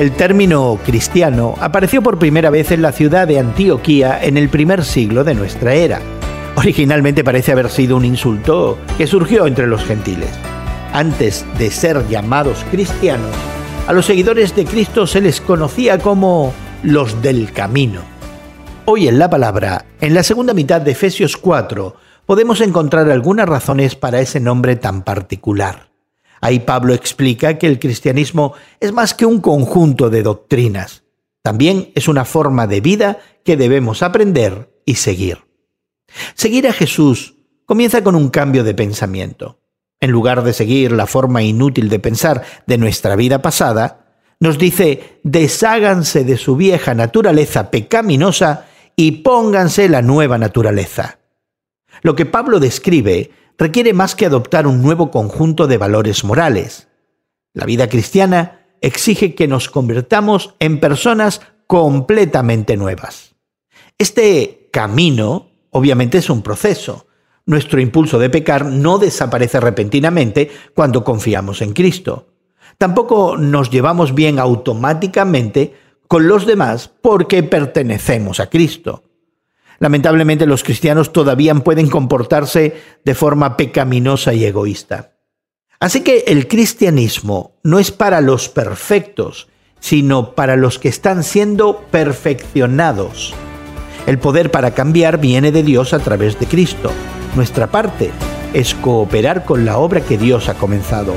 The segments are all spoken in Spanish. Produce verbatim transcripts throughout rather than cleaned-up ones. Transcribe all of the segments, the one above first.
El término cristiano apareció por primera vez en la ciudad de Antioquía en el primer siglo de nuestra era. Originalmente parece haber sido un insulto que surgió entre los gentiles. Antes de ser llamados cristianos, a los seguidores de Cristo se les conocía como los del camino. Hoy en la palabra, en la segunda mitad de Efesios cuatro, podemos encontrar algunas razones para ese nombre tan particular. Ahí Pablo explica que el cristianismo es más que un conjunto de doctrinas. También es una forma de vida que debemos aprender y seguir. Seguir a Jesús comienza con un cambio de pensamiento. En lugar de seguir la forma inútil de pensar de nuestra vida pasada, nos dice: desháganse de su vieja naturaleza pecaminosa y pónganse la nueva naturaleza. Lo que Pablo describe requiere más que adoptar un nuevo conjunto de valores morales. La vida cristiana exige que nos convirtamos en personas completamente nuevas. Este camino, obviamente, es un proceso. Nuestro impulso de pecar no desaparece repentinamente cuando confiamos en Cristo. Tampoco nos llevamos bien automáticamente con los demás porque pertenecemos a Cristo. Lamentablemente, los cristianos todavía pueden comportarse de forma pecaminosa y egoísta. Así que el cristianismo no es para los perfectos, sino para los que están siendo perfeccionados. El poder para cambiar viene de Dios a través de Cristo. Nuestra parte es cooperar con la obra que Dios ha comenzado.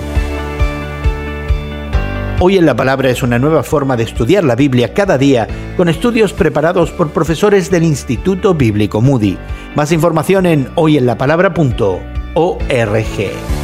Hoy en la Palabra es una nueva forma de estudiar la Biblia cada día, con estudios preparados por profesores del Instituto Bíblico Moody. Más información en hoy en la palabra punto org.